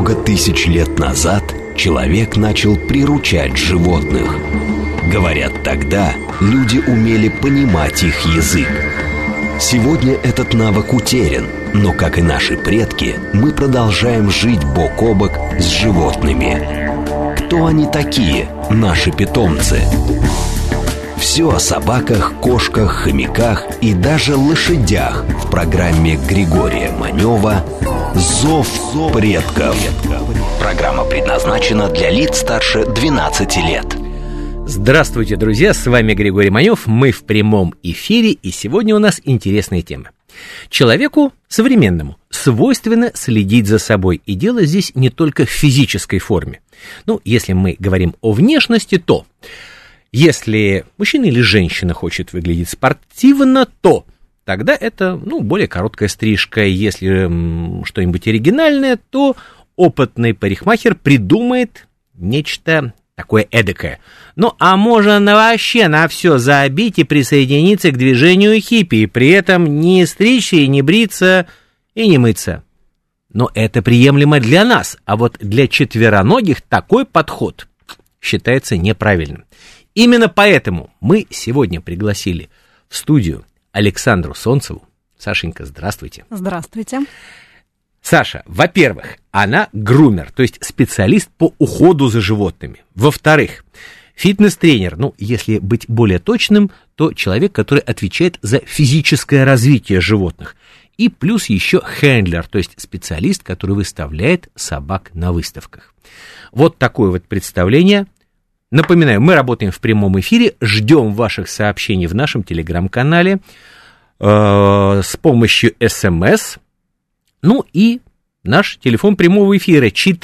Много тысяч лет назад человек начал приручать животных. Говорят, тогда люди умели понимать их язык. Сегодня этот навык утерян, но, как и наши предки, мы продолжаем жить бок о бок с животными. Кто они такие, наши питомцы? Все о собаках, кошках, хомяках и даже лошадях в программе Григория Манева «Зов предков». Программа предназначена для лиц старше 12 лет. Здравствуйте, друзья, с вами Григорий Манев, мы в прямом эфире, и сегодня у нас интересная тема. Человеку современному свойственно следить за собой, и дело здесь не только в физической форме. Если мы говорим о внешности, то если мужчина или женщина хочет выглядеть спортивно, то тогда это, более короткая стрижка. Если что-нибудь оригинальное, то опытный парикмахер придумает нечто такое эдакое. А можно вообще на все забить и присоединиться к движению хиппи, и при этом не стричься, и не бриться, и не мыться. Но это приемлемо для нас, а вот для четвероногих такой подход считается неправильным. Именно поэтому мы сегодня пригласили в студию Александру Солнцеву. Сашенька, здравствуйте. Здравствуйте. Саша, во-первых, она грумер, то есть специалист по уходу за животными. Во-вторых, фитнес-тренер, если быть более точным, то человек, который отвечает за физическое развитие животных. И плюс еще хендлер, то есть специалист, который выставляет собак на выставках. Вот такое вот представление. Напоминаю, мы работаем в прямом эфире, ждем ваших сообщений в нашем телеграм-канале с помощью СМС. И наш телефон прямого эфира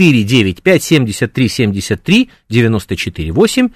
495-73-73-94-8,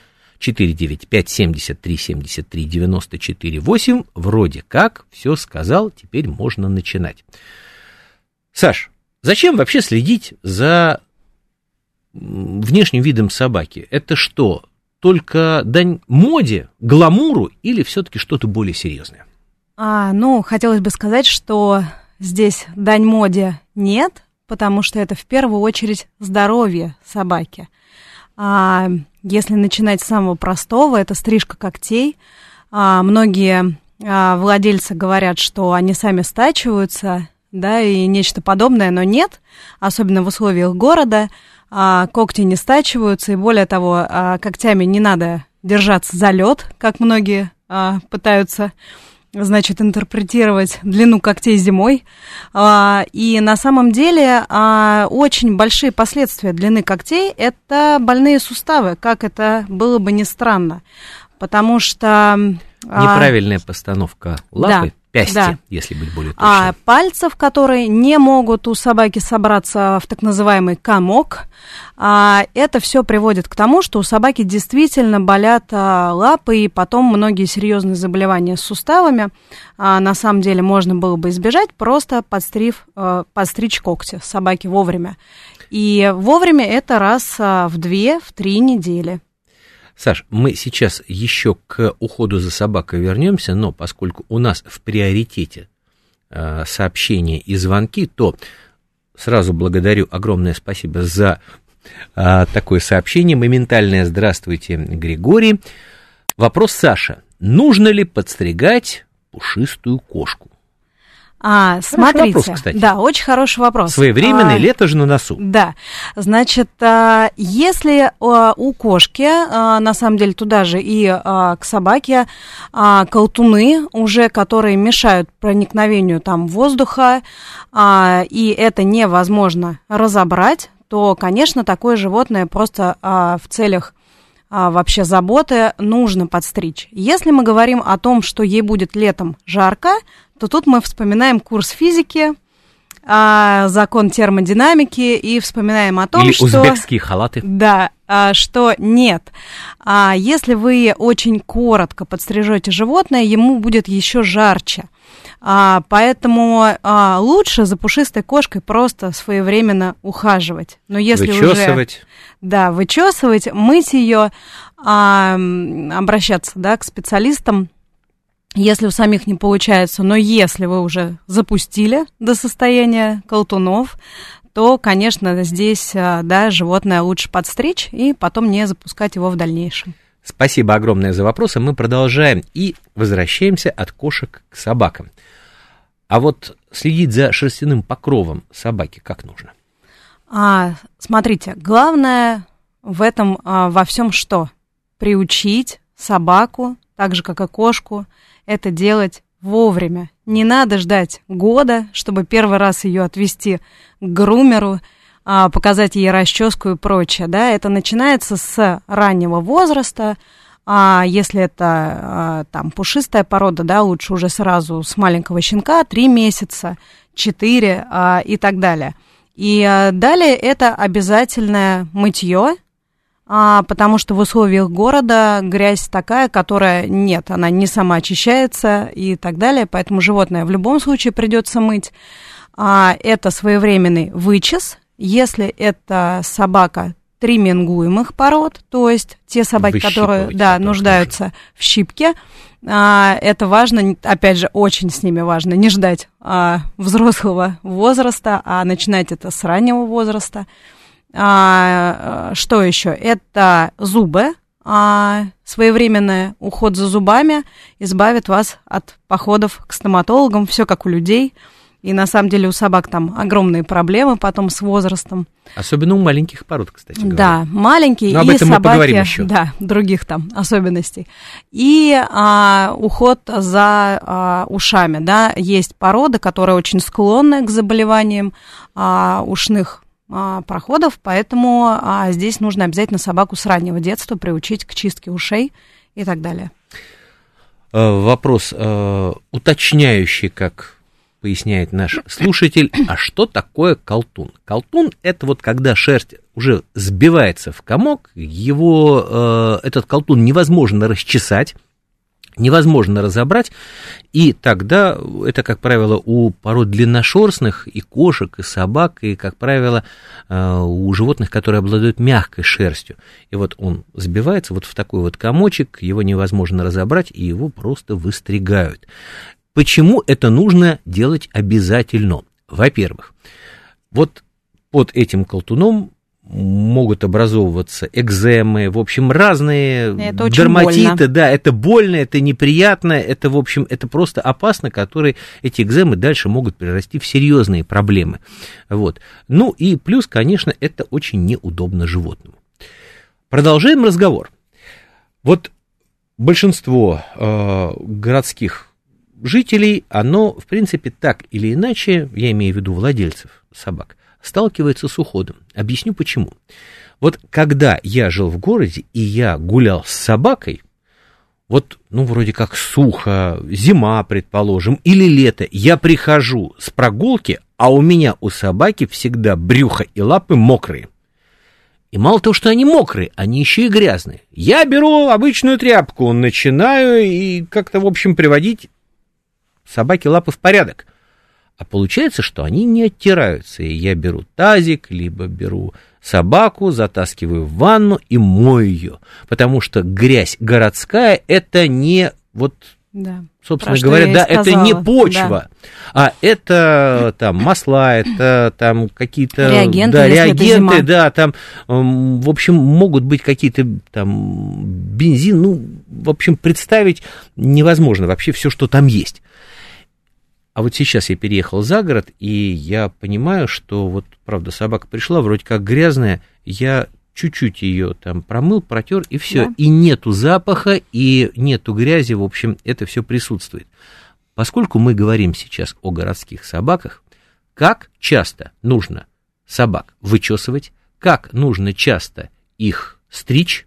495-73-73-94-8. Вроде как все сказал, теперь можно начинать. Саш, зачем вообще следить за внешним видом собаки? Это что, только дань моде, гламуру или все-таки что-то более серьезное? Хотелось бы сказать, что здесь дань моде нет, потому что это в первую очередь здоровье собаки. Если начинать с самого простого, это стрижка когтей. Многие владельцы говорят, что они сами стачиваются, и нечто подобное, но нет, особенно в условиях города. Когти не стачиваются, и более того, когтями не надо держаться за лед, как многие пытаются, интерпретировать длину когтей зимой. И на самом деле очень большие последствия длины когтей – это больные суставы, как это было бы ни странно, потому что… Неправильная постановка лапы. Пясти, если быть более точным. Пальцев, которые не могут у собаки собраться в так называемый комок, это все приводит к тому, что у собаки действительно болят лапы, и потом многие серьезные заболевания с суставами на самом деле можно было бы избежать, просто подстричь когти собаки вовремя. И вовремя это раз в 2-3 недели. Саш, мы сейчас еще к уходу за собакой вернемся, но поскольку у нас в приоритете сообщения и звонки, то сразу благодарю, огромное спасибо за такое сообщение. Моментальное «Здравствуйте, Григорий». Вопрос Саша. Нужно ли подстригать пушистую кошку? Смотрите, вопрос, кстати. Да, очень хороший вопрос. Своевременное, лето же на носу. Да, если у кошки, на самом деле туда же и к собаке, колтуны уже, которые мешают проникновению воздуха, и это невозможно разобрать, то, конечно, такое животное просто в целях вообще заботы нужно подстричь. Если мы говорим о том, что ей будет летом жарко, то тут мы вспоминаем курс физики, закон термодинамики и вспоминаем о том, или что… узбекские халаты. Да, что нет. Если вы очень коротко подстрижете животное, ему будет еще жарче. Поэтому лучше за пушистой кошкой просто своевременно ухаживать. Но если вычесывать. Вычесывать, мыть ее, обращаться к специалистам, если у самих не получается. Но если вы уже запустили до состояния колтунов, то, конечно, здесь, да, животное лучше подстричь и потом не запускать его в дальнейшем. Спасибо огромное за вопросы. Мы продолжаем и возвращаемся от кошек к собакам. А вот следить за шерстяным покровом собаки как нужно? Смотрите, главное в этом во всем что? Приучить собаку, так же, как и кошку, это делать вовремя. Не надо ждать года, чтобы первый раз ее отвести к грумеру, показать ей расческу и прочее. Да? Это начинается с раннего возраста. Если это там пушистая порода, да, лучше уже сразу с маленького щенка, 3 месяца, 4 и так далее. И далее это обязательное мытье, потому что в условиях города грязь такая, которая нет, она не самоочищается и так далее, поэтому животное в любом случае придется мыть. Это своевременный вычес, если это собака тримингуемых пород, то есть те собаки, которые нуждаются в щипке. Это важно, опять же, очень с ними важно не ждать взрослого возраста, а начинать это с раннего возраста. Что еще? Это зубы. Своевременный уход за зубами избавит вас от походов к стоматологам, все как у людей. И на самом деле у собак там огромные проблемы потом с возрастом. Особенно у маленьких пород, кстати говоря. Да, маленькие. Но об этом собаки, мы поговорим еще. Да, других там особенностей. И уход за ушами. Да. Есть породы, которые очень склонны к заболеваниям ушных проходов, поэтому здесь нужно обязательно собаку с раннего детства приучить к чистке ушей и так далее. Вопрос уточняющий, как поясняет наш слушатель, а что такое колтун? Колтун – это вот когда шерсть уже сбивается в комок, этот колтун невозможно расчесать, невозможно разобрать, и тогда это, как правило, у пород длинношерстных, и кошек, и собак, и, как правило, у животных, которые обладают мягкой шерстью. И вот он сбивается вот в такой вот комочек, его невозможно разобрать, и его просто выстригают. Почему это нужно делать обязательно? Во-первых, вот под этим колтуном могут образовываться экземы, в общем, разные дерматиты, да, это больно, это неприятно, это, в общем, это просто опасно, эти экземы дальше могут перерасти в серьезные проблемы. Вот. Ну и плюс, конечно, это очень неудобно животному. Продолжаем разговор. Вот большинство городских жителей, оно, в принципе, так или иначе, я имею в виду владельцев собак, сталкивается с уходом. Объясню почему. Вот когда я жил в городе, и я гулял с собакой, вот, вроде как сухо, зима, предположим, или лето, я прихожу с прогулки, а у собаки всегда брюхо и лапы мокрые. И мало того, что они мокрые, они еще и грязные. Я беру обычную тряпку, начинаю и как-то, в общем, приводить собаке лапы в порядок. А получается, что они не оттираются. И я беру тазик, либо беру собаку, затаскиваю в ванну и мою ее. Потому что грязь городская – это не, собственно говоря, это не почва, а это там масла, это там какие-то реагенты, там, в общем, могут быть какие-то там бензин, в общем, представить невозможно вообще все, что там есть. А вот сейчас я переехал за город, и я понимаю, что правда, собака пришла, вроде как грязная, я чуть-чуть ее там промыл, протер, и все. Да. И нету запаха, и нету грязи, в общем, это все присутствует. Поскольку мы говорим сейчас о городских собаках, как часто нужно собак вычесывать, как нужно часто их стричь,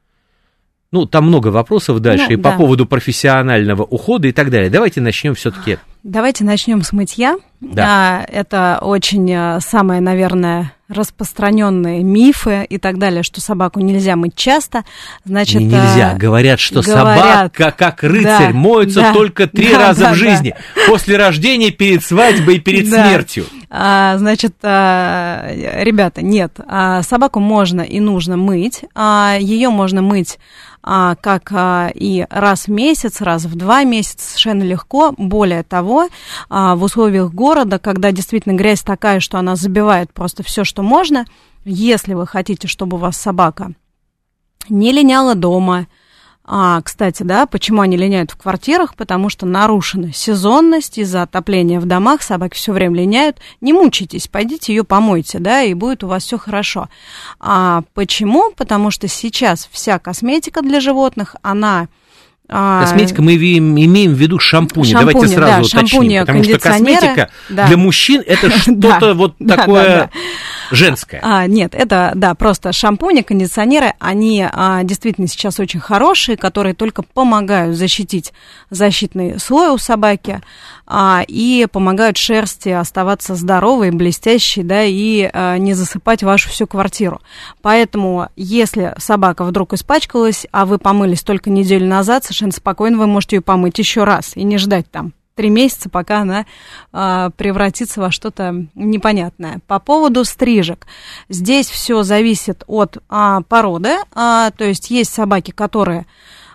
там много вопросов дальше по поводу профессионального ухода и так далее. Давайте начнем все-таки. Давайте начнем с мытья. Да. Это очень самые, наверное, распространенные мифы и так далее, что собаку нельзя мыть часто. Значит, нельзя. Говорят, что собака, как рыцарь, моется только 3 раза в жизни. После рождения, перед свадьбой и перед смертью. Значит, ребята, нет, собаку можно и нужно мыть, ее можно мыть как и раз в месяц, раз в 2 месяца, совершенно легко. Более того, в условиях города, когда действительно грязь такая, что она забивает просто все, что можно, если вы хотите, чтобы у вас собака не линяла дома. Кстати, да, почему они линяют в квартирах? Потому что нарушена сезонность из-за отопления в домах, собаки все время линяют. Не мучайтесь, пойдите ее помойте, да, и будет у вас все хорошо. Почему? Потому что сейчас вся косметика для животных, она... Косметика, мы имеем в виду шампуни. Давайте сразу уточним, потому что косметика для мужчин это что-то вот такое женское. Нет, это, да, просто шампуни, кондиционеры, они действительно сейчас очень хорошие, которые только помогают защитить защитный слой у собаки и помогают шерсти оставаться здоровой, блестящей, да, и не засыпать вашу всю квартиру. Поэтому, если собака вдруг испачкалась, а вы помылись только неделю назад, совершенно спокойно вы можете ее помыть еще раз и не ждать там 3 месяца, пока она превратится во что-то непонятное. По поводу стрижек. Здесь все зависит от породы. То есть есть собаки, которые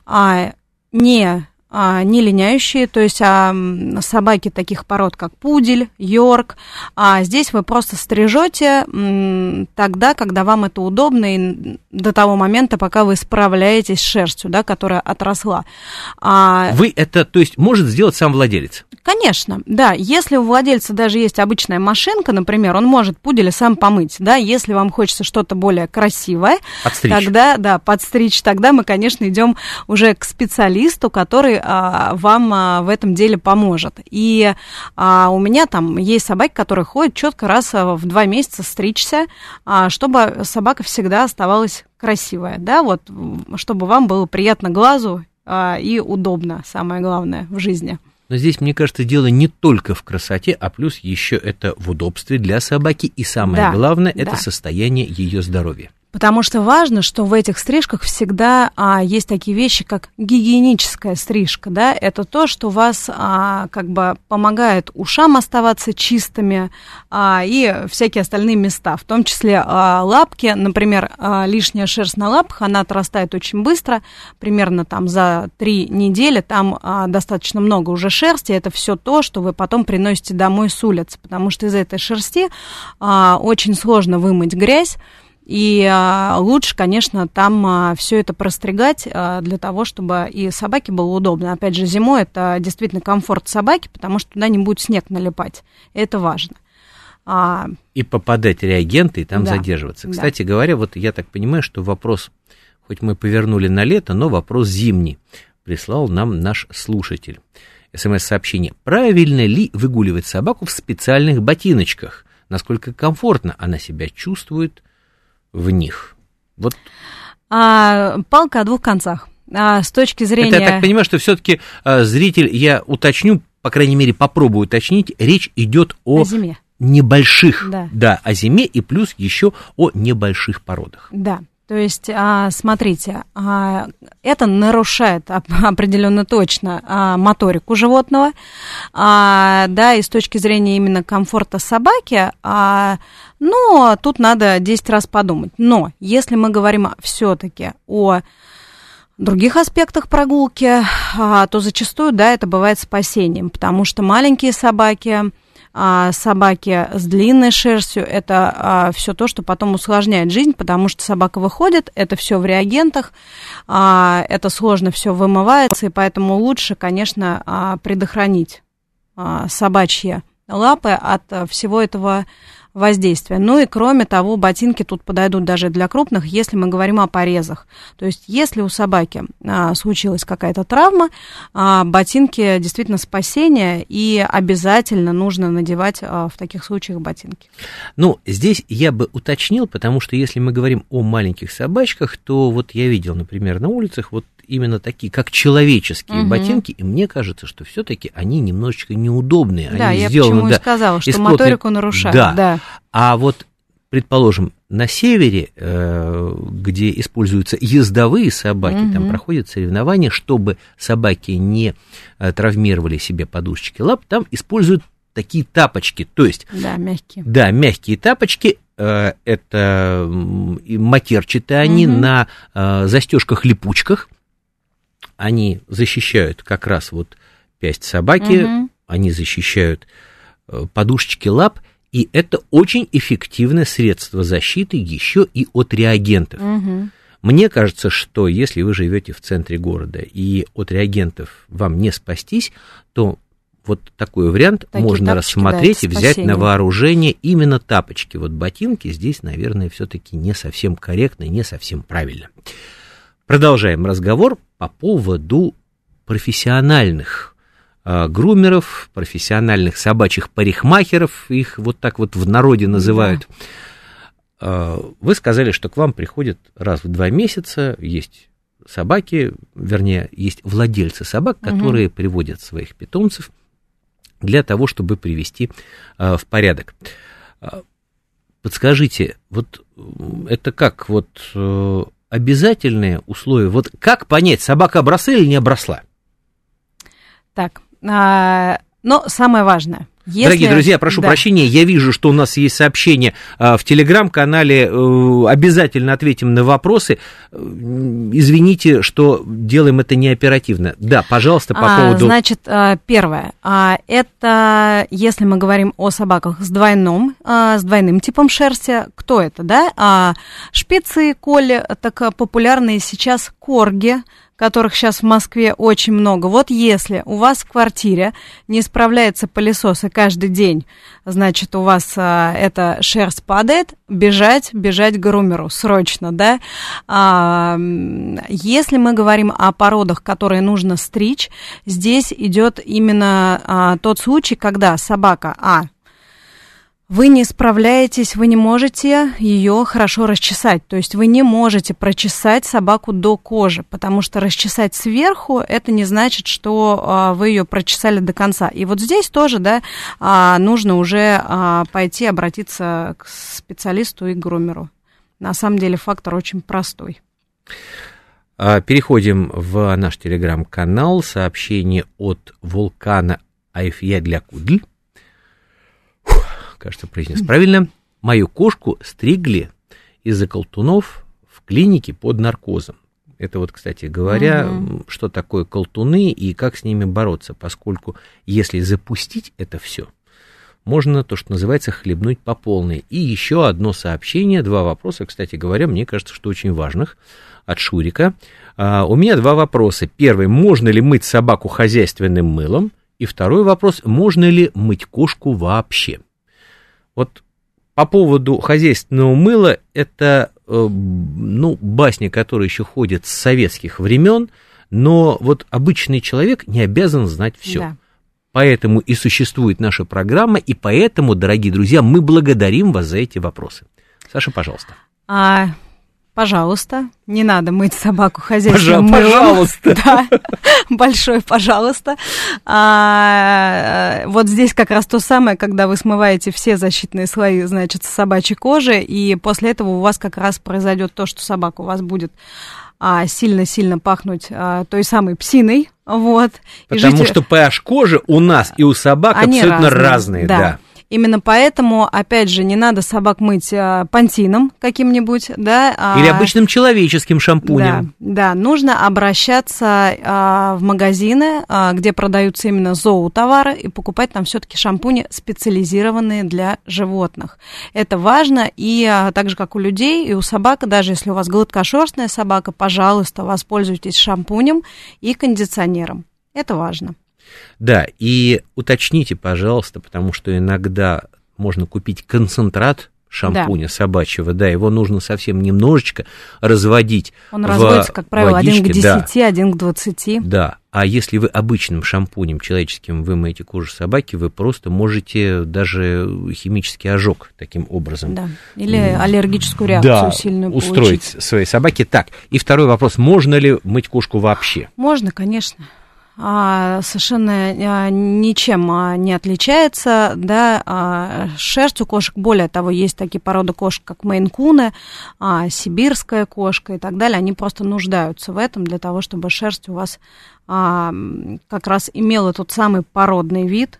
не линяющие, то есть собаки таких пород, как пудель, йорк. Здесь вы просто стрижете тогда, когда вам это удобно, и до того момента, пока вы справляетесь с шерстью, да, которая отросла. Вы это, то есть, может сделать сам владелец? Конечно, да. Если у владельца даже есть обычная машинка, например, он может пуделя сам помыть, да. Если вам хочется что-то более красивое, тогда, да, подстричь, тогда мы, конечно, идем уже к специалисту, который вам в этом деле поможет. И у меня там есть собаки, которые ходят четко раз в 2 месяца стричься, чтобы собака всегда оставалась красивая, да, вот, чтобы вам было приятно глазу и удобно, самое главное, в жизни. Но здесь, мне кажется, дело не только в красоте, а плюс еще это в удобстве для собаки, и самое главное, это состояние ее здоровья. Потому что важно, что в этих стрижках всегда есть такие вещи, как гигиеническая стрижка, да, это то, что вас как бы помогает ушам оставаться чистыми и всякие остальные места, в том числе лапки, например, лишняя шерсть на лапах, она отрастает очень быстро, примерно там за 3 недели, там достаточно много уже шерсти, это все то, что вы потом приносите домой с улицы, потому что из этой шерсти очень сложно вымыть грязь. И лучше, конечно, там все это простригать для того, чтобы и собаке было удобно. Опять же, зимой это действительно комфорт собаки, потому что туда не будет снег налипать. Это важно. И попадать реагенты и там задерживаться. Кстати говоря, вот я так понимаю, что вопрос, хоть мы повернули на лето, но вопрос зимний прислал нам наш слушатель. СМС-сообщение. Правильно ли выгуливать собаку в специальных ботиночках? Насколько комфортно она себя чувствует в них? Вот. Палка о 2 концах. С точки зрения... Это я так понимаю, что все-таки зритель, я уточню, по крайней мере, попробую уточнить, речь идет о зиме. Небольших, о зиме и плюс еще о небольших породах. Да. То есть, смотрите, это нарушает определенно точно моторику животного, да, и с точки зрения именно комфорта собаки, но тут надо 10 раз подумать. Но если мы говорим все-таки о других аспектах прогулки, то зачастую, да, это бывает спасением, потому что маленькие собаки с длинной шерстью, это все то, что потом усложняет жизнь, потому что собака выходит, это все в реагентах, это сложно все вымывается, и поэтому лучше, конечно, предохранить собачьи лапы от всего этого воздействия. Ну и кроме того, ботинки тут подойдут даже для крупных, если мы говорим о порезах. То есть если у собаки случилась какая-то травма, ботинки действительно спасение, и обязательно нужно надевать в таких случаях ботинки. Ну, здесь я бы уточнил, потому что если мы говорим о маленьких собачках, то вот я видел, например, на улицах вот именно такие, как человеческие ботинки, и мне кажется, что все-таки они немножечко неудобные. Да, они я сделаны, почему и сказала, что моторику нарушают. Да. А вот, предположим, на севере, где используются ездовые собаки, там проходят соревнования, чтобы собаки не травмировали себе подушечки лап, там используют такие тапочки, то есть... Да, мягкие. Да, мягкие тапочки, это матерчатые они на застежках-липучках, они защищают как раз вот пясть собаки, они защищают подушечки лап, и это очень эффективное средство защиты еще и от реагентов. Мне кажется, что если вы живете в центре города и от реагентов вам не спастись, то вот такой вариант такие можно рассмотреть, да, и взять на вооружение именно тапочки. Вот ботинки здесь, наверное, все-таки не совсем корректно, не совсем правильно. Продолжаем разговор по поводу профессиональных грумеров, профессиональных собачьих парикмахеров, их вот так вот в народе называют. Да. Вы сказали, что к вам приходят раз в 2 месяца, есть собаки, вернее, есть владельцы собак, которые приводят своих питомцев для того, чтобы привести в порядок. Подскажите, вот это как вот обязательные условия? Вот как понять, собака обросла или не обросла? Так, но самое важное. Если... Дорогие друзья, прошу прощения, я вижу, что у нас есть сообщение в Телеграм-канале, обязательно ответим на вопросы. Извините, что делаем это не оперативно. Да, пожалуйста, по поводу... Значит, первое, это если мы говорим о собаках с двойным типом шерсти, кто это, да? Шпицы, колли, так популярные сейчас корги, которых сейчас в Москве очень много. Вот если у вас в квартире не справляется пылесос, и каждый день, значит, у вас эта шерсть падает, бежать к грумеру срочно, да. Если мы говорим о породах, которые нужно стричь, здесь идет именно тот случай, когда собака, вы не справляетесь, вы не можете ее хорошо расчесать, то есть вы не можете прочесать собаку до кожи, потому что расчесать сверху, это не значит, что вы ее прочесали до конца. И вот здесь тоже, да, нужно уже пойти обратиться к специалисту и к грумеру. На самом деле фактор очень простой. Переходим в наш телеграм-канал. Сообщение от Вулкана Айфья для Кудль. Кажется, произнес правильно. Мою кошку стригли из-за колтунов в клинике под наркозом. Это вот, кстати говоря, что такое колтуны и как с ними бороться, поскольку если запустить это все, можно, то, что называется, хлебнуть по полной. И еще одно сообщение, 2 вопроса, кстати говоря, мне кажется, что очень важных, от Шурика. У меня 2 вопроса. Первый, можно ли мыть собаку хозяйственным мылом? И второй вопрос, можно ли мыть кошку вообще? Вот по поводу хозяйственного мыла, это, басня, которая еще ходит с советских времен, но вот обычный человек не обязан знать все. Да. Поэтому и существует наша программа, и поэтому, дорогие друзья, мы благодарим вас за эти вопросы. Саша, пожалуйста. Пожалуйста, не надо мыть собаку хозяйственным мылом. Пожалуйста. Да, большое пожалуйста. Вот здесь как раз то самое, когда вы смываете все защитные слои, значит, с собачьей кожи, и после этого у вас как раз произойдет то, что собака у вас будет сильно-сильно пахнуть той самой псиной. Вот. Потому что pH кожи у нас и у собак абсолютно разные. Да. Именно поэтому, опять же, не надо собак мыть пантином каким-нибудь, да. Или обычным человеческим шампунем. Да, нужно обращаться в магазины, где продаются именно зоотовары, и покупать там все-таки шампуни, специализированные для животных. Это важно, и так же, как у людей, и у собак, даже если у вас гладкошерстная собака, пожалуйста, воспользуйтесь шампунем и кондиционером. Это важно. Да, и уточните, пожалуйста, потому что иногда можно купить концентрат шампуня собачьего, да, его нужно совсем немножечко разводить. Он разводится, как правило, водичке, 1 к 10, да. 1 к 20. Да, а если вы обычным шампунем человеческим вымоете кожу собаки, вы просто можете даже химический ожог таким образом. Да, или аллергическую реакцию сильную устроить своей собаке. Так, и второй вопрос, можно ли мыть кошку вообще? Можно, конечно. Совершенно ничем не отличается, да, шерсть у кошек, более того, есть такие породы кошек, как мейн-куны, сибирская кошка и так далее, они просто нуждаются в этом для того, чтобы шерсть у вас как раз имела тот самый породный вид,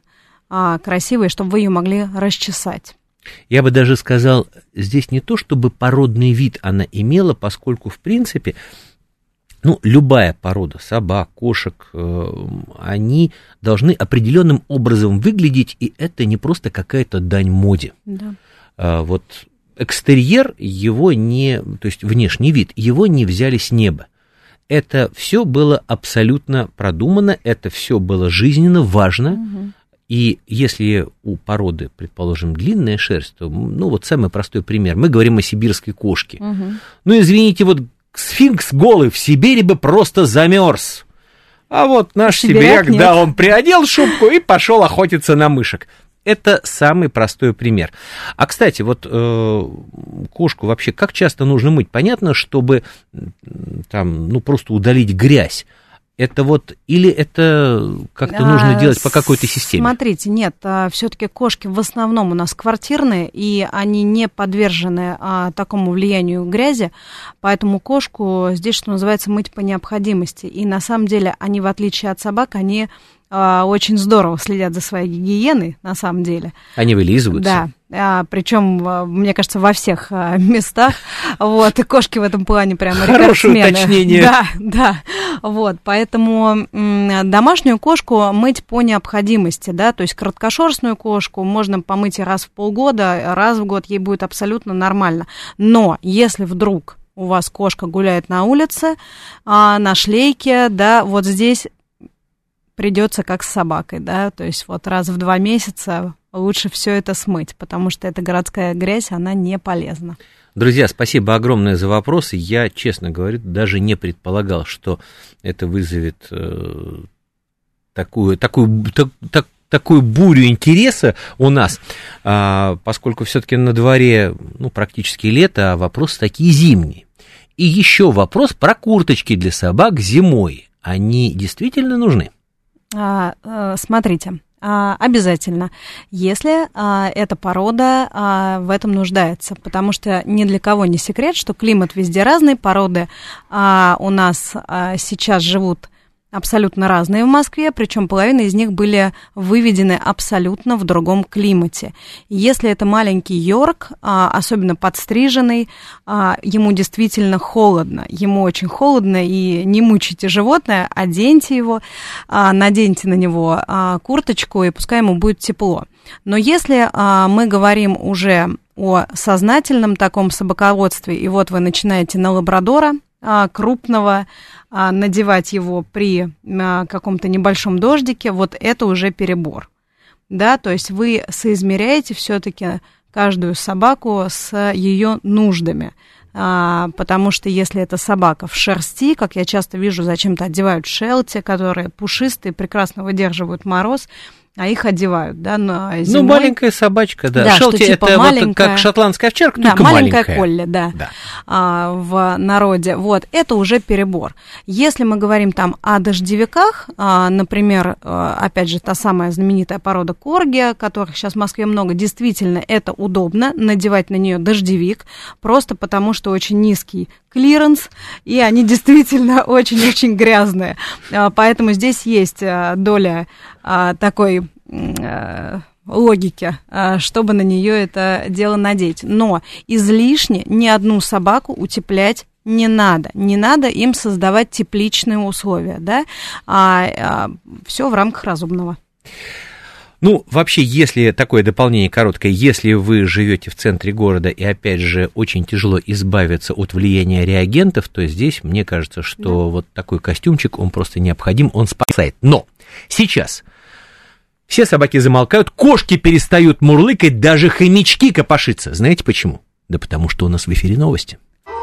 красивой, чтобы вы ее могли расчесать. Я бы даже сказал, здесь не то, чтобы породный вид она имела, поскольку, в принципе, любая порода собак, кошек, они должны определенным образом выглядеть, и это не просто какая-то дань моде. Да. Вот экстерьер, то есть внешний вид, его не взяли с неба. Это все было абсолютно продумано, это все было жизненно важно. Угу. И если у породы, предположим, длинная шерсть, то, вот самый простой пример. Мы говорим о сибирской кошке. Угу. Извините, вот сфинкс голый в Сибири бы просто замерз. А вот наш сибиряк, да, он приодел шубку и пошел охотиться на мышек. Это самый простой пример. А, кстати, вот кошку вообще как часто нужно мыть? Понятно, чтобы там, просто удалить грязь. Это или это как-то нужно делать по какой-то системе? Смотрите, нет, все-таки кошки в основном у нас квартирные, и они не подвержены такому влиянию грязи, поэтому кошку здесь, что называется, мыть по необходимости. И на самом деле они, в отличие от собак, они очень здорово следят за своей гигиеной, на самом деле. Они вылизываются. Да, причем, мне кажется, во всех местах. Вот, и кошки в этом плане прямо хорошее уточнение. Да. Вот, поэтому домашнюю кошку мыть по необходимости, да, то есть короткошерстную кошку можно помыть раз в полгода, раз в год, ей будет абсолютно нормально. Но если вдруг у вас кошка гуляет на улице, на шлейке, да, вот здесь придется как с собакой, да, то есть вот раз в 2 месяца лучше все это смыть, потому что эта городская грязь, она не полезна. Друзья, спасибо огромное за вопросы. Я, честно говоря, даже не предполагал, что это вызовет такую бурю интереса у нас, поскольку все-таки на дворе практически лето, а вопросы такие зимние. И еще вопрос про курточки для собак зимой. Они действительно нужны? Смотрите, обязательно, если эта порода в этом нуждается, потому что ни для кого не секрет, что климат везде разный, породы у нас сейчас живут абсолютно разные в Москве, причем половина из них были выведены абсолютно в другом климате. Если это маленький йорк, особенно подстриженный, ему действительно холодно, ему очень холодно, и не мучайте животное, оденьте его, наденьте на него курточку, и пускай ему будет тепло. Но если мы говорим уже о сознательном таком собаководстве, и вот вы начинаете на лабрадора крупного, надевать его при каком-то небольшом дождике, вот это уже перебор, да, то есть вы соизмеряете все-таки каждую собаку с ее нуждами, потому что если это собака в шерсти, как я часто вижу, зачем-то одевают шелти, которые пушистые, прекрасно выдерживают мороз, а их одевают, да, на зимой. Маленькая собачка, да. Шелти типа это маленькая, вот как шотландская овчарка, да, только маленькая. Колли, да. В народе. Вот, это уже перебор. Если мы говорим там о дождевиках, например, опять же, та самая знаменитая порода корги, которых сейчас в Москве много, действительно, это удобно, надевать на нее дождевик, просто потому что очень низкий клиренс, и они действительно очень-очень грязные. Поэтому здесь есть доля такой логики, чтобы на нее это дело надеть. Но излишне ни одну собаку утеплять не надо. Не надо им создавать тепличные условия, да? Все в рамках разумного. Вообще, если такое дополнение короткое, если вы живете в центре города и, опять же, очень тяжело избавиться от влияния реагентов, то здесь, мне кажется, что вот такой костюмчик, он просто необходим, он спасает. Но сейчас все собаки замолкают, кошки перестают мурлыкать, даже хомячки копошиться. Знаете почему? Да потому что у нас в эфире новости.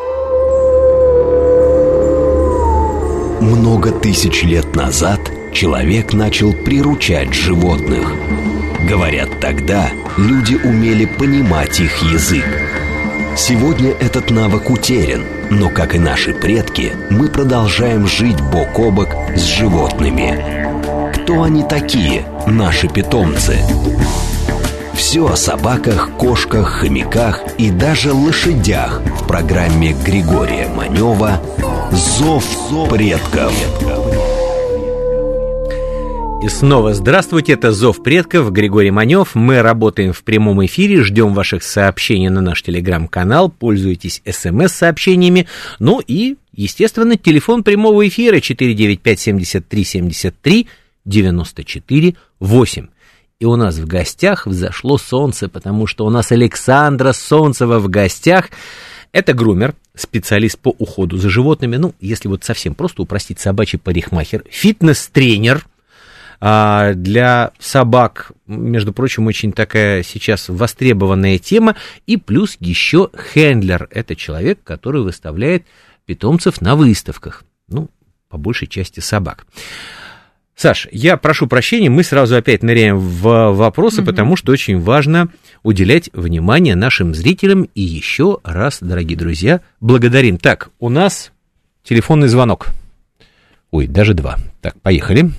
Много тысяч лет назад человек начал приручать животных. Говорят, тогда люди умели понимать их язык. Сегодня этот навык утерян, но, как и наши предки, мы продолжаем жить бок о бок с животными. Кто они такие, наши питомцы? Все о собаках, кошках, хомяках и даже лошадях в программе Григория Манева «Зов предков». И снова здравствуйте, это «Зов предков», Григорий Манев. Мы работаем в прямом эфире, ждем ваших сообщений на наш телеграм-канал, пользуйтесь СМС-сообщениями. Ну и, естественно, телефон прямого эфира 495-73-73-94-8. И у нас в гостях взошло солнце, потому что у нас Александра Солнцева в гостях. Это грумер, специалист по уходу за животными, ну, если вот совсем просто упростить, собачий парикмахер, фитнес-тренер. Для собак, между прочим, очень такая сейчас востребованная тема. И плюс еще хендлер. Это человек, который выставляет питомцев на выставках. Ну, по большей части собак. Саш, я прошу прощения, мы сразу опять ныряем в вопросы, потому что очень важно уделять внимание нашим зрителям. И еще раз, дорогие друзья, благодарим. Так, у нас телефонный звонок. Ой, даже два. Так, поехали.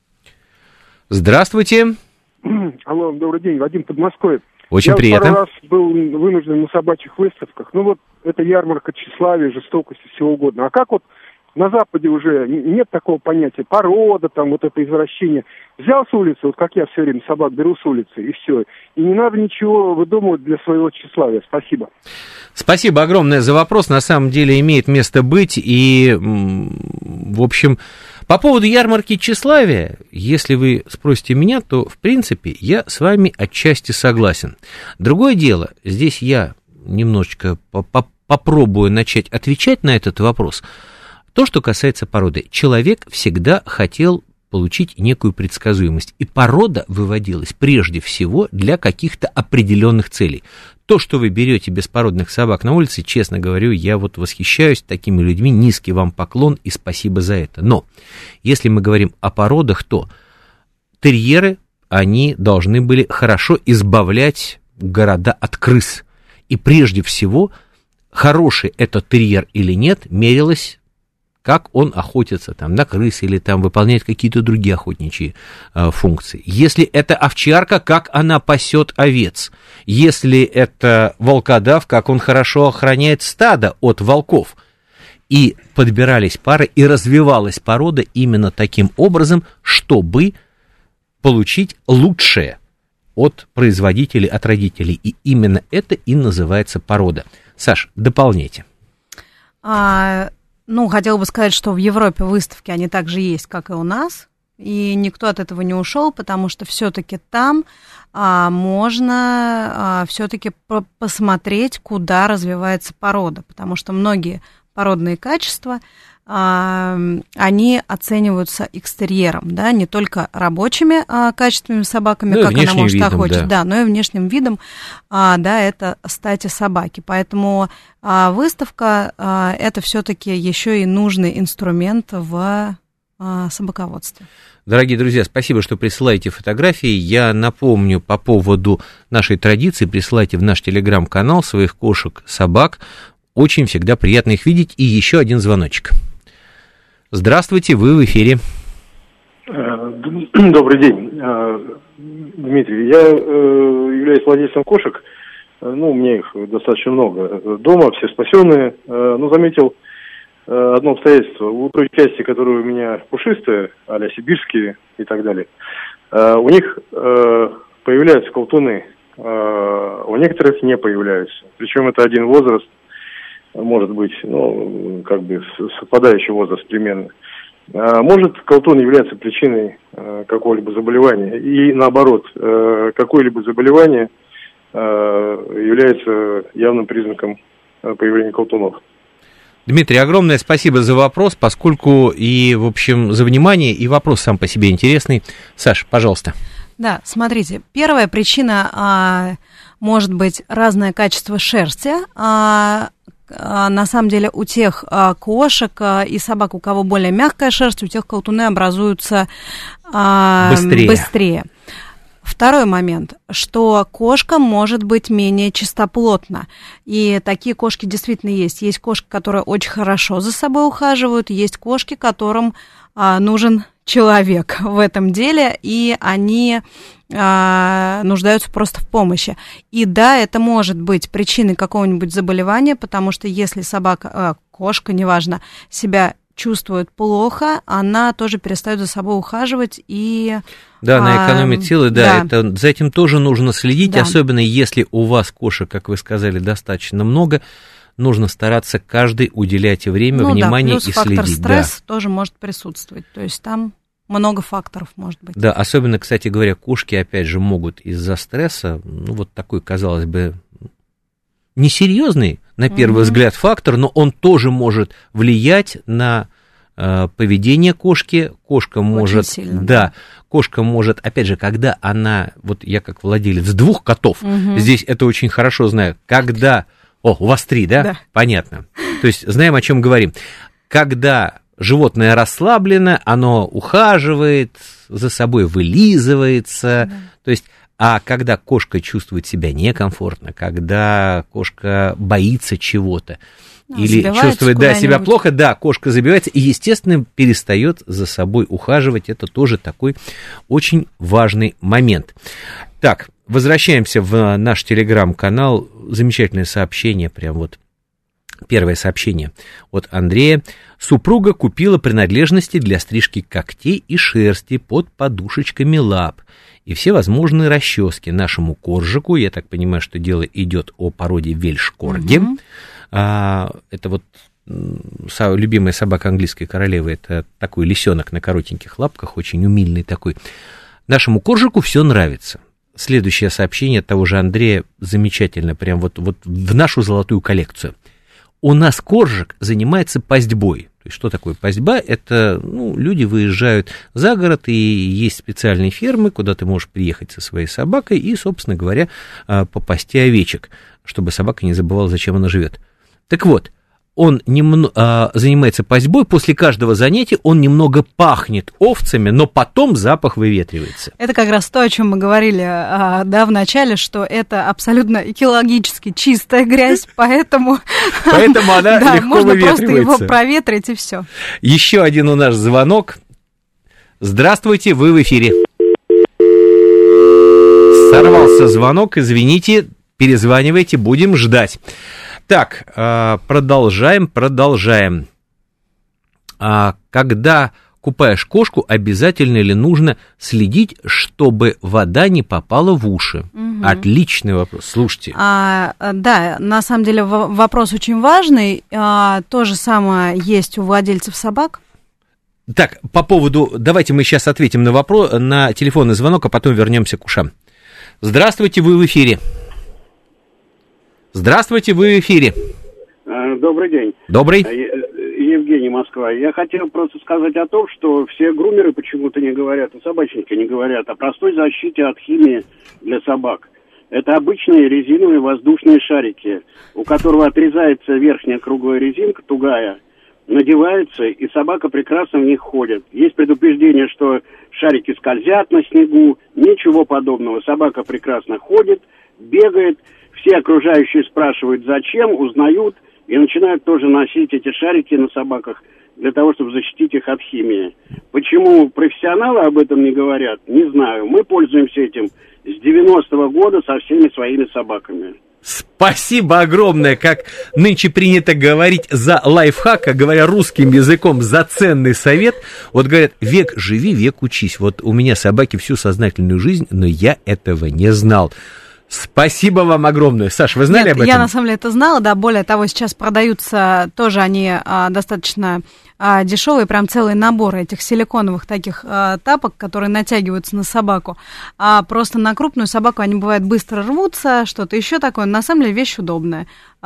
Здравствуйте. Алло, добрый день, Вадим, Подмосковье. Очень приятно. Я пару раз был вынужден на собачьих выставках. Ну вот, это ярмарка тщеславия, жестокости, всего угодно. А как вот на Западе уже нет такого понятия порода, там вот это извращение. Взял с улицы, вот как я все время собак беру с улицы, и все. И не надо ничего выдумывать для своего тщеславия. Спасибо. Спасибо огромное за вопрос. На самом деле имеет место быть. И, в общем, по поводу ярмарки тщеславия, если вы спросите меня, то, в принципе, я с вами отчасти согласен. Другое дело, здесь я немножечко попробую начать отвечать на этот вопрос. То, что касается породы. Человек всегда хотел получить некую предсказуемость. И порода выводилась прежде всего для каких-то определенных целей. То, что вы берете беспородных собак на улице, честно говорю, я вот восхищаюсь такими людьми, низкий вам поклон и спасибо за это. Но если мы говорим о породах, то терьеры, они должны были хорошо избавлять города от крыс. И прежде всего, хороший это терьер или нет, мерилось, как он охотится там, на крыс или там, выполняет какие-то другие охотничьи функции. Если это овчарка, как она пасет овец. Если это волкодав, как он хорошо охраняет стадо от волков. И подбирались пары, и развивалась порода именно таким образом, чтобы получить лучшее от производителей, от родителей. И именно это и называется порода. Саш, дополняйте. Хотела бы сказать, что в Европе выставки, они также есть, как и у нас, и никто от этого не ушел, потому что все-таки там можно все-таки посмотреть, куда развивается порода, потому что многие породные качества, они оцениваются экстерьером, да, не только рабочими качествами собаками, как она может охотиться, да, но и внешним видом, да, это стати собаки. Поэтому выставка это все-таки еще и нужный инструмент в собаководстве. Дорогие друзья, спасибо, что присылаете фотографии. Я напомню по поводу нашей традиции, присылайте в наш телеграм-канал своих кошек, собак. Очень всегда приятно их видеть. И еще один звоночек. Здравствуйте, вы в эфире. Добрый день, Дмитрий. Я являюсь владельцем кошек. У меня их достаточно много. Дома все спасенные. Но заметил одно обстоятельство. У той части, которая у меня пушистая, а-ля сибирские и так далее, у них появляются колтуны. У некоторых не появляются. Причем это один возраст. Может быть, совпадающий возраст примерно. Может колтун являться причиной какого-либо заболевания. И наоборот, какое-либо заболевание является явным признаком появления колтунов. Дмитрий, огромное спасибо за вопрос, поскольку и, в общем, за внимание, и вопрос сам по себе интересный. Саш, пожалуйста. Да, смотрите, первая причина может быть разное качество шерсти. На самом деле у тех кошек и собак, у кого более мягкая шерсть, у тех колтуны образуются быстрее. Второй момент, что кошка может быть менее чистоплотна. И такие кошки действительно есть. Есть кошки, которые очень хорошо за собой ухаживают, есть кошки, которым нужен человек в этом деле, и они нуждаются просто в помощи. И да, это может быть причиной какого-нибудь заболевания, потому что если собака, кошка, неважно, себя чувствует плохо, она тоже перестает за собой ухаживать и... Да, она экономит силы, да. За этим тоже нужно следить, да. Особенно если у вас кошек, как вы сказали, достаточно много, нужно стараться каждый уделять время, внимание и следить. Фактор стресс тоже может присутствовать, то есть там много факторов может быть. Да, особенно, кстати говоря, кошки, опять же, могут из-за стресса, вот такой, казалось бы, несерьезный, на первый взгляд, фактор, но он тоже может влиять на поведение кошки. Кошка может, сильно, кошка может, опять же, когда она, вот я как владелец 2 котов, здесь это очень хорошо знаю, когда, у вас 3, да? Да. Понятно. То есть знаем, о чем говорим. Когда животное расслаблено, оно ухаживает, за собой вылизывается, то есть, а когда кошка чувствует себя некомфортно, когда кошка боится чего-то, или чувствует себя плохо, кошка забивается и, естественно, перестает за собой ухаживать. Это тоже такой очень важный момент. Так, возвращаемся в наш телеграм-канал. Замечательное сообщение, прям вот первое сообщение от Андрея. Супруга купила принадлежности для стрижки когтей и шерсти под подушечками лап и все возможные расчески нашему коржику. Я так понимаю, что дело идет о породе вельш-корги. Это вот любимая собака английской королевы, это такой лисенок на коротеньких лапках, очень умильный такой. Нашему коржику все нравится. Следующее сообщение от того же Андрея, замечательно, прям вот в нашу золотую коллекцию. У нас коржик занимается пастьбой. То есть, что такое пастьба? Это, люди выезжают за город, и есть специальные фермы, куда ты можешь приехать со своей собакой и, собственно говоря, попасти овечек, чтобы собака не забывала, зачем она живет. Так вот, он занимается пастьбой, после каждого занятия он немного пахнет овцами, но потом запах выветривается. Это как раз то, о чем мы говорили в начале, что это абсолютно экологически чистая грязь, поэтому она легко можно выветривается. Просто его проветрить и все. Еще один у нас звонок. Здравствуйте, вы в эфире. Сорвался звонок, извините, перезванивайте, будем ждать. Так, продолжаем. Когда купаешь кошку, обязательно ли нужно следить, чтобы вода не попала в уши? Отличный вопрос, слушайте. Да, на самом деле вопрос очень важный. То же самое есть у владельцев собак. Так, по поводу, давайте мы сейчас ответим на вопрос, на телефонный звонок, а потом вернемся к ушам. Здравствуйте, вы в эфире. Здравствуйте, вы в эфире. Добрый день. Добрый. Евгений, Москва. Я хотел просто сказать о том, что все грумеры почему-то не говорят, и собачники не говорят о простой защите от химии для собак. Это обычные резиновые воздушные шарики, у которого отрезается верхняя круглая резинка, тугая, надевается, и собака прекрасно в них ходит. Есть предупреждение, что шарики скользят на снегу, ничего подобного. Собака прекрасно ходит, бегает. Все окружающие спрашивают, зачем, узнают и начинают тоже носить эти шарики на собаках для того, чтобы защитить их от химии. Почему профессионалы об этом не говорят, не знаю. Мы пользуемся этим с 90-го года со всеми своими собаками. Спасибо огромное, как нынче принято говорить, за лайфхак, а говоря русским языком, за ценный совет. Вот говорят, век живи, век учись. Вот у меня собаки всю сознательную жизнь, но я этого не знал. Спасибо вам огромное. Саш, вы знали об этом? Я на самом деле это знала, да, более того, сейчас продаются тоже они достаточно дешевые, прям целые наборы этих силиконовых таких тапок, которые натягиваются на собаку. А просто на крупную собаку они, бывает, быстро рвутся, что-то еще такое. На самом деле вещь удобная.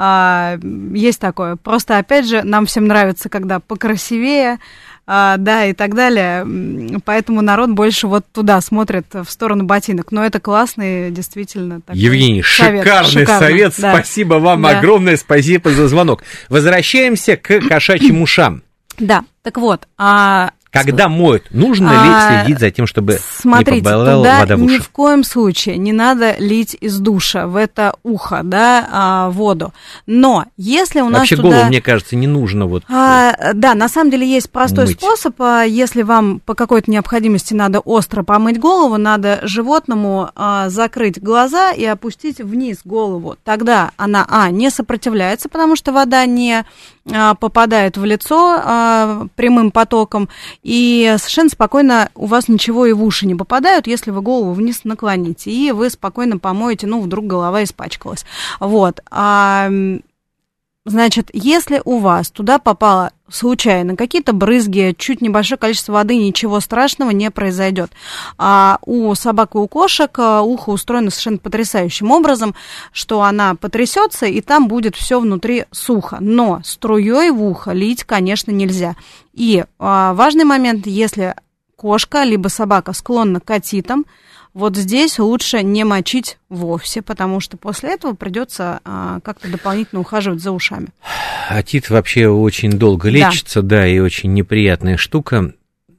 Есть такое. Просто, опять же, нам всем нравится, когда покрасивее, да, и так далее. Поэтому народ больше вот туда смотрит, в сторону ботинок. Но это классный, действительно, такой Евгений, шикарный совет. Да. Спасибо вам огромное, спасибо за звонок. Возвращаемся к кошачьим ушам. Да, так вот. Когда моют, нужно ли следить за тем, чтобы не попадала вода в уши? Ни в коем случае не надо лить из душа в это ухо, да, воду. Но если у нас вообще туда... голову, мне кажется, не нужно вот... Да, на самом деле есть простой мыть. способ. Если вам по какой-то необходимости надо остро помыть голову, надо животному закрыть глаза и опустить вниз голову. Тогда она, не сопротивляется, потому что вода не попадают в лицо прямым потоком, и совершенно спокойно у вас ничего и в уши не попадают, если вы голову вниз наклоните, и вы спокойно помоете, вдруг голова испачкалась. Вот. Значит, если у вас туда попало случайно какие-то брызги, чуть небольшое количество воды, ничего страшного не произойдет. А у собак и у кошек ухо устроено совершенно потрясающим образом, что она потрясется, и там будет все внутри сухо. Но струей в ухо лить, конечно, нельзя. И важный момент, если кошка либо собака склонна к отитам, вот здесь лучше не мочить вовсе, потому что после этого придется как-то дополнительно ухаживать за ушами. Отит вообще очень долго лечится, да, и очень неприятная штука.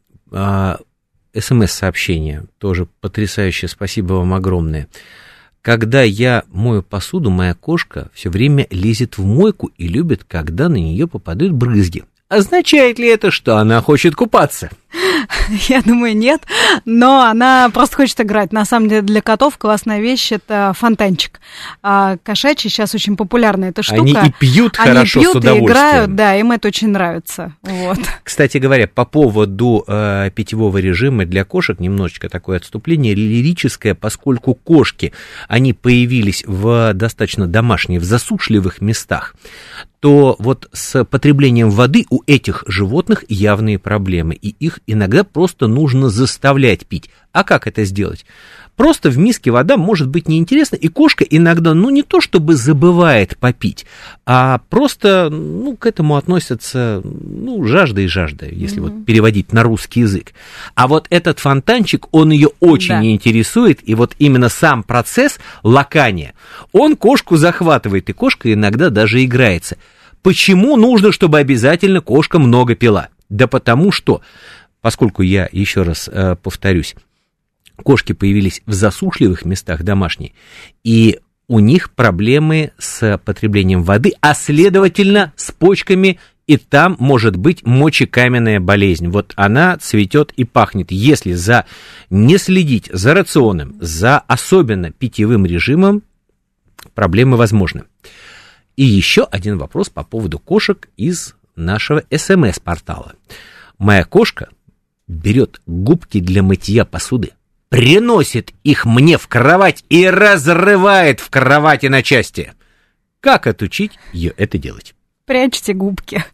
СМС-сообщение тоже потрясающее, спасибо вам огромное. Когда я мою посуду, моя кошка все время лезет в мойку и любит, когда на нее попадают брызги. Означает ли это, что она хочет купаться? Я думаю, нет, но она просто хочет играть. На самом деле для котов классная вещь – это фонтанчик. Кошачий сейчас очень популярная эта штука. Они и пьют хорошо, с удовольствием. И играют, да, им это очень нравится. Вот. Кстати говоря, по поводу питьевого режима для кошек немножечко такое отступление лирическое, поскольку кошки, они появились в достаточно домашних, в засушливых местах, то вот с потреблением воды у этих животных явные проблемы, и их иногда просто нужно заставлять пить. А как это сделать? Просто в миске вода может быть неинтересна, и кошка иногда, не то чтобы забывает попить, а просто, к этому относятся, жажда, если вот переводить на русский язык. А вот этот фонтанчик, он ее очень интересует, и вот именно сам процесс лакания, он кошку захватывает, и кошка иногда даже играется. Почему нужно, чтобы обязательно кошка много пила? Да потому что, поскольку я, еще раз повторюсь, кошки появились в засушливых местах домашние, и у них проблемы с потреблением воды, а следовательно с почками, и там может быть мочекаменная болезнь. Вот она цветет и пахнет. Если не следить за рационом, за особенно питьевым режимом, проблемы возможны. И еще один вопрос по поводу кошек из нашего СМС-портала. Моя кошка берет губки для мытья посуды, приносит их мне в кровать и разрывает в кровати на части. Как отучить ее это делать? Прячьте губки.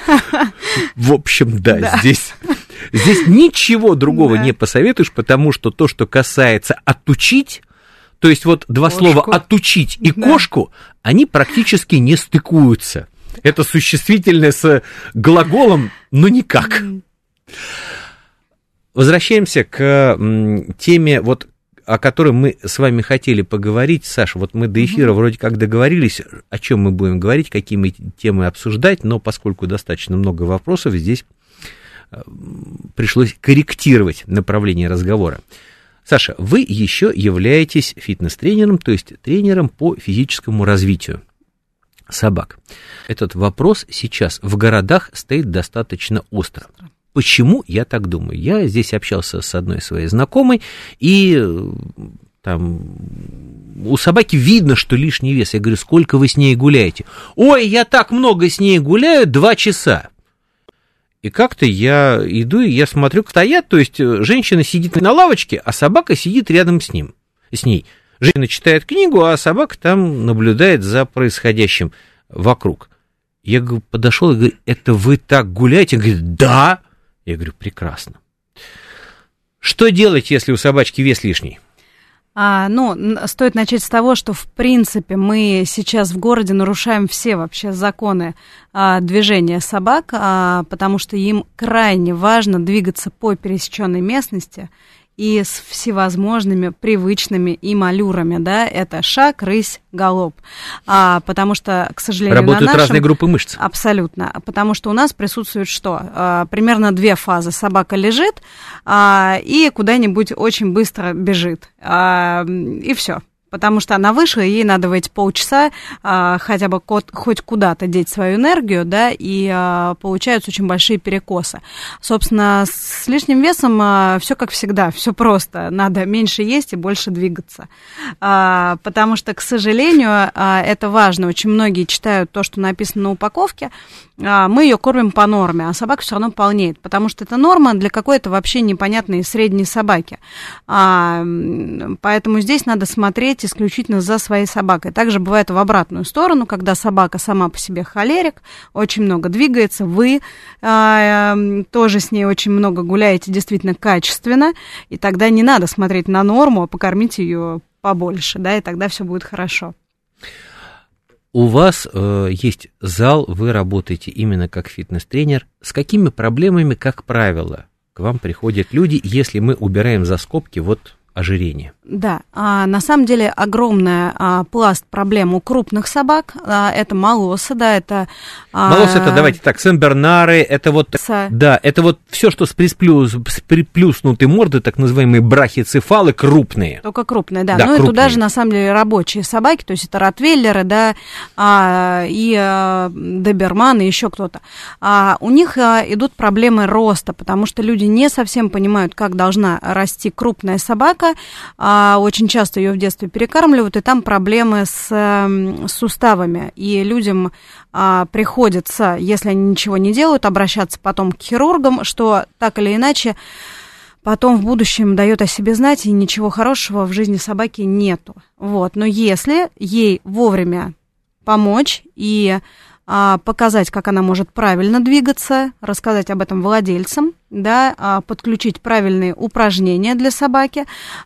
В общем, да. Здесь ничего другого не посоветуешь, потому что то, что касается отучить, то есть вот два слова «отучить» и «кошку», они практически не стыкуются. Это существительное с глаголом, но никак. Возвращаемся к теме, вот, о которой мы с вами хотели поговорить. Саша, вот мы до эфира вроде как договорились, о чем мы будем говорить, какие мы темы обсуждать, но поскольку достаточно много вопросов, здесь пришлось корректировать направление разговора. Саша, вы еще являетесь фитнес-тренером, то есть тренером по физическому развитию собак. Этот вопрос сейчас в городах стоит достаточно остро. Почему я так думаю? Я здесь общался с одной своей знакомой, и там у собаки видно, что лишний вес. Я говорю, сколько вы с ней гуляете? Ой, я так много с ней гуляю, 2 часа. И как-то я иду, и я смотрю, стоят, то есть женщина сидит на лавочке, а собака сидит рядом с ней. Женщина читает книгу, а собака там наблюдает за происходящим вокруг. Я говорю, подошел и говорю, это вы так гуляете? Он говорит, да. Я говорю, прекрасно. Что делать, если у собачки вес лишний? Стоит начать с того, что, в принципе, мы сейчас в городе нарушаем все вообще законы движения собак, потому что им крайне важно двигаться по пересеченной местности и с всевозможными привычными им аллюрами, да, это шаг, рысь, галоп, потому что, к сожалению, работают разные группы мышц. Абсолютно, потому что у нас присутствует что? Примерно 2 фазы. Собака лежит и куда-нибудь очень быстро бежит, и все. потому что она вышла, и ей надо в эти полчаса хотя бы хоть куда-то деть свою энергию, да, и получаются очень большие перекосы. Собственно, с лишним весом все как всегда, все просто. Надо меньше есть и больше двигаться. Потому что, к сожалению, это важно. Очень многие читают то, что написано на упаковке. Мы ее кормим по норме, а собака все равно полнеет, потому что это норма для какой-то вообще непонятной средней собаки. Поэтому здесь надо смотреть исключительно за своей собакой. Также бывает в обратную сторону, когда собака сама по себе холерик, очень много двигается, вы тоже с ней очень много гуляете действительно качественно, и тогда не надо смотреть на норму, а покормить ее побольше, да, и тогда все будет хорошо. У вас есть зал, вы работаете именно как фитнес-тренер. С какими проблемами, как правило, к вам приходят люди, если мы убираем за скобки вот ожирение? Да, на самом деле огромный пласт проблем у крупных собак. Это молосы, да, это... Молосы, это, давайте так, сенбернары, это вот... Да, это вот все, что с приплюснутой мордой, так называемые брахицефалы, крупные. Только крупные, да. Да, ну, крупные. это даже, на самом деле, рабочие собаки, то есть это ротвейлеры, да, и доберманы, и еще кто-то. У них идут проблемы роста, потому что люди не совсем понимают, как должна расти крупная собака. Очень часто ее в детстве перекармливают, и там проблемы с суставами. И людям приходится, если они ничего не делают, обращаться потом к хирургам, что так или иначе потом в будущем дает о себе знать, и ничего хорошего в жизни собаки нету. Вот. Но если ей вовремя помочь и показать, как она может правильно двигаться, рассказать об этом владельцам, да, подключить правильные упражнения для собаки,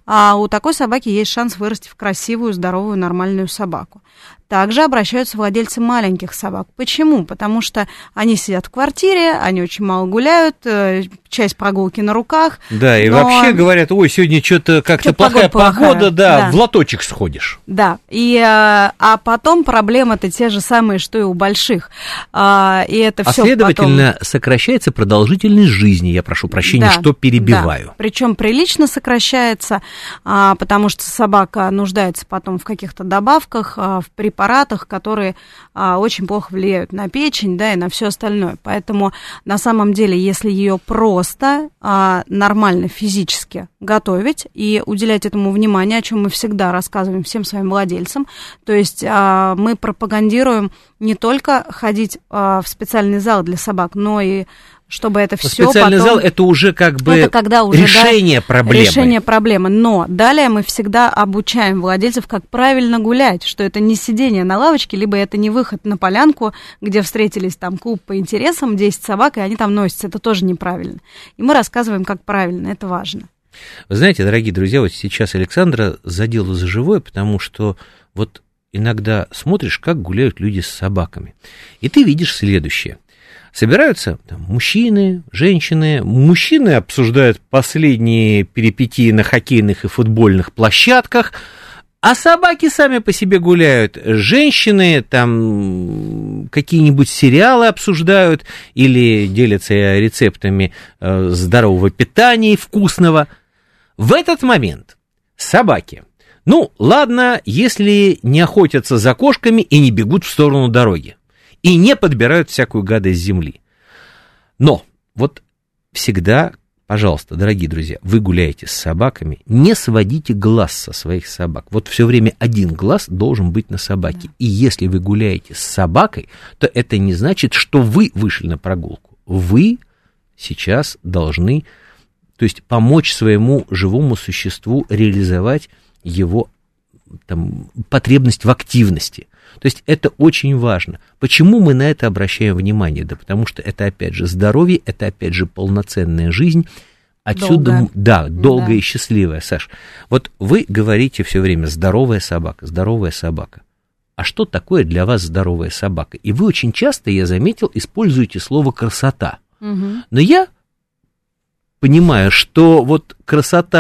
у такой собаки есть шанс вырасти в красивую, здоровую, нормальную собаку. Также обращаются владельцы маленьких собак. Почему? Потому что они сидят в квартире, они очень мало гуляют, часть прогулки на руках. Да, и вообще говорят, ой, сегодня что-то как-то плохая погода, да, в лоточек сходишь. Да, и, потом проблемы-то те же самые, что и у больших. И это все следовательно, потом... сокращается продолжительность жизни, я прошу прощения, что перебиваю. Да. Причем прилично сокращается, потому что собака нуждается потом в каких-то добавках, в препаратах, которые очень плохо влияют на печень, да, и на все остальное. Поэтому на самом деле, если ее просто нормально физически готовить и уделять этому внимание, о чем мы всегда рассказываем всем своим владельцам, то есть мы пропагандируем не только ходить в специальный зал для собак, но и чтобы это все специальный потом... зал — это уже как бы это когда уже, решение проблемы. Решение проблемы. Но далее мы всегда обучаем владельцев, как правильно гулять, что это не сидение на лавочке, либо это не выход на полянку, где встретились там клуб по интересам, 10 собак, и они там носятся. Это тоже неправильно. И мы рассказываем, как правильно, это важно. Вы знаете, дорогие друзья, вот сейчас Александра задела за живое, потому что вот иногда смотришь, как гуляют люди с собаками, и ты видишь следующее. Собираются там мужчины, женщины. Мужчины обсуждают последние перипетии на хоккейных и футбольных площадках, а собаки сами по себе гуляют. Женщины там какие-нибудь сериалы обсуждают или делятся рецептами здорового питания и вкусного. В этот момент собаки, ну, ладно, если не охотятся за кошками и не бегут в сторону дороги, и не подбирают всякую гадость с земли. Но вот всегда, пожалуйста, дорогие друзья, вы гуляете с собаками, не сводите глаз со своих собак. Вот все время один глаз должен быть на собаке. И если вы гуляете с собакой, то это не значит, что вы вышли на прогулку. Вы сейчас должны, то есть помочь своему живому существу реализовать его там, потребность в активности. То есть это очень важно. Почему мы на это обращаем внимание? Да потому что это, опять же, здоровье, это, опять же, полноценная жизнь. Отсюда, долгая и счастливая, Саш. Вот вы говорите все время «здоровая собака», «здоровая собака». А что такое для вас здоровая собака? И вы очень часто, я заметил, используете слово «красота». Угу. Но я понимаю, что вот красота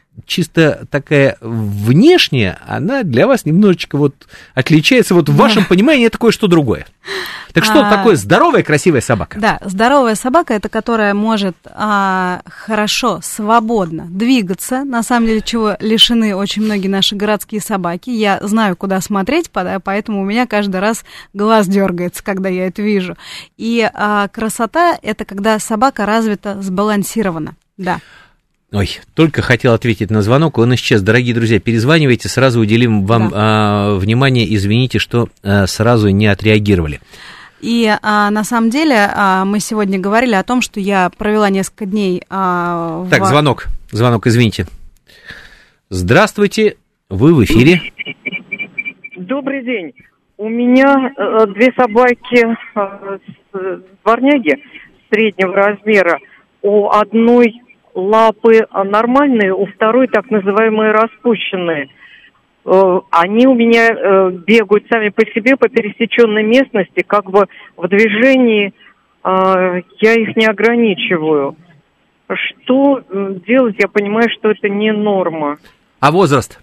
чисто такая внешняя, она для вас немножечко вот отличается. Вот в вашем понимании это кое-что другое. Так что такое здоровая, красивая собака? Да, здоровая собака – это которая может хорошо, свободно двигаться, на самом деле, чего лишены очень многие наши городские собаки. Я знаю, куда смотреть, поэтому у меня каждый раз глаз дергается, когда я это вижу. И красота – это когда собака развита сбалансированно, да. Ой, только хотел ответить на звонок, он исчез. Дорогие друзья, перезванивайте, сразу уделим вам внимание, извините, что сразу не отреагировали. И на самом деле мы сегодня говорили о том, что я провела несколько дней... Так, звонок, извините. Здравствуйте, вы в эфире. Добрый день. У меня 2 собаки дворняги среднего размера. У одной лапы нормальные, у второй так называемые распущенные. Они у меня бегают сами по себе по пересеченной местности, как бы в движении я их не ограничиваю. Что делать? Я понимаю, что это не норма. А возраст?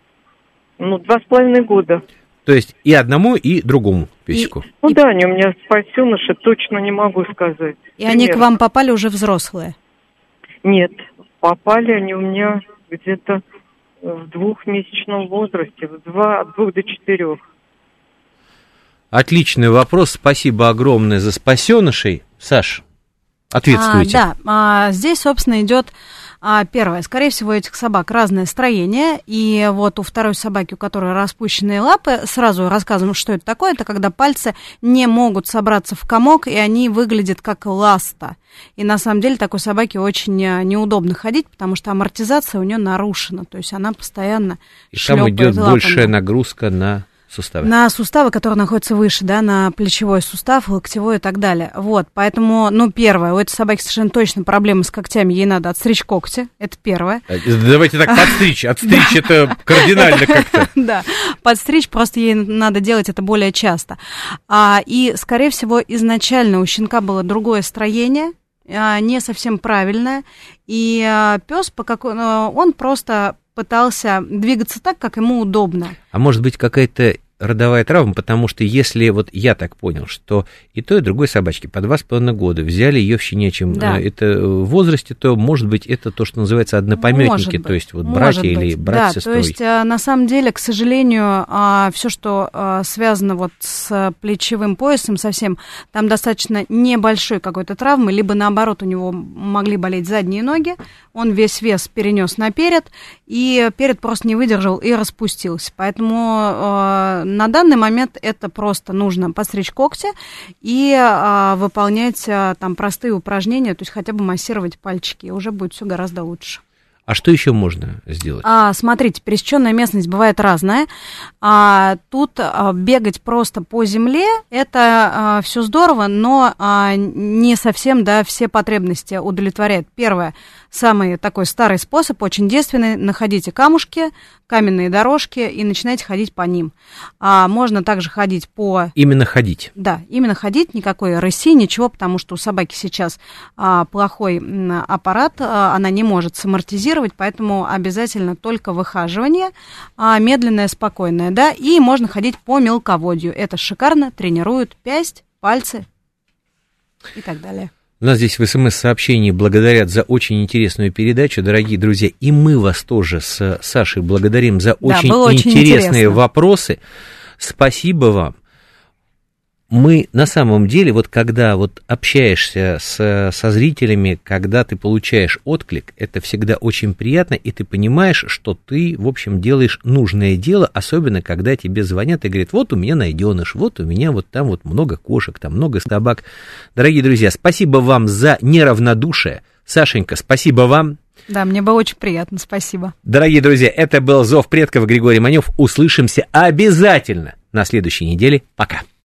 2,5 года. То есть и одному, и другому песику? Да, они у меня спасеныши, точно не могу сказать. И они к вам попали уже взрослые? Нет, попали они у меня где-то в 2-месячном возрасте, от 2 до 4. Отличный вопрос, спасибо огромное за спасенышей. Саш, ответствуйте. Здесь, собственно, идет первое. Скорее всего, у этих собак разное строение, и вот у второй собаки, у которой распущенные лапы, сразу рассказываем, что это такое. Это когда пальцы не могут собраться в комок, и они выглядят как ласта. И на самом деле такой собаке очень неудобно ходить, потому что амортизация у нее нарушена, то есть она постоянно шлепает лапами. И там идет большая нагрузка на суставы. На суставы, которые находятся выше, да, на плечевой сустав, локтевой и так далее. Вот, поэтому, первое, у этой собаки совершенно точно проблемы с когтями, ей надо отстричь когти, это первое. Давайте так, отстричь это кардинально как-то. Да, подстричь, просто ей надо делать это более часто. И, скорее всего, изначально у щенка было другое строение, не совсем правильное, и пес, он просто пытался двигаться так, как ему удобно. А может быть, какая-то родовая травма, потому что если, вот я так понял, что и той, и другой собачке по 2,5 года взяли ее в щенячьем возрасте, то, может быть, это то, что называется однопомётники, то есть вот братья или брат с сестрой. То есть, на самом деле, к сожалению, все, что связано вот с плечевым поясом совсем, там достаточно небольшой какой-то травмы, либо наоборот у него могли болеть задние ноги, он весь вес перенес наперед, и перед просто не выдержал и распустился. Поэтому на данный момент это просто нужно подстричь когти и выполнять там простые упражнения, то есть хотя бы массировать пальчики, и уже будет все гораздо лучше. А что еще можно сделать? Смотрите, пересеченная местность бывает разная. Тут бегать просто по земле, это все здорово, но не совсем, все потребности удовлетворяет. Первое, самый такой старый способ, очень действенный, находите камушки, каменные дорожки и начинайте ходить по ним. Можно также ходить по... Именно ходить? Да, именно ходить, никакой рыси, ничего, потому что у собаки сейчас плохой аппарат, она не может самортизировать, поэтому обязательно только выхаживание, медленное, спокойное, и можно ходить по мелководью. Это шикарно, тренирует пясть, пальцы и так далее. У нас здесь в СМС-сообщении благодарят за очень интересную передачу, дорогие друзья, и мы вас тоже с Сашей благодарим за очень интересные вопросы. Спасибо вам. Мы на самом деле, вот когда вот общаешься со зрителями, когда ты получаешь отклик, это всегда очень приятно, и ты понимаешь, что ты, в общем, делаешь нужное дело, особенно когда тебе звонят и говорят, вот у меня найденыш, вот у меня вот там вот много кошек, там много собак. Дорогие друзья, спасибо вам за неравнодушие. Сашенька, спасибо вам. Да, мне было очень приятно, спасибо. Дорогие друзья, это был «Зов предков», Григорий Манев. Услышимся обязательно на следующей неделе. Пока.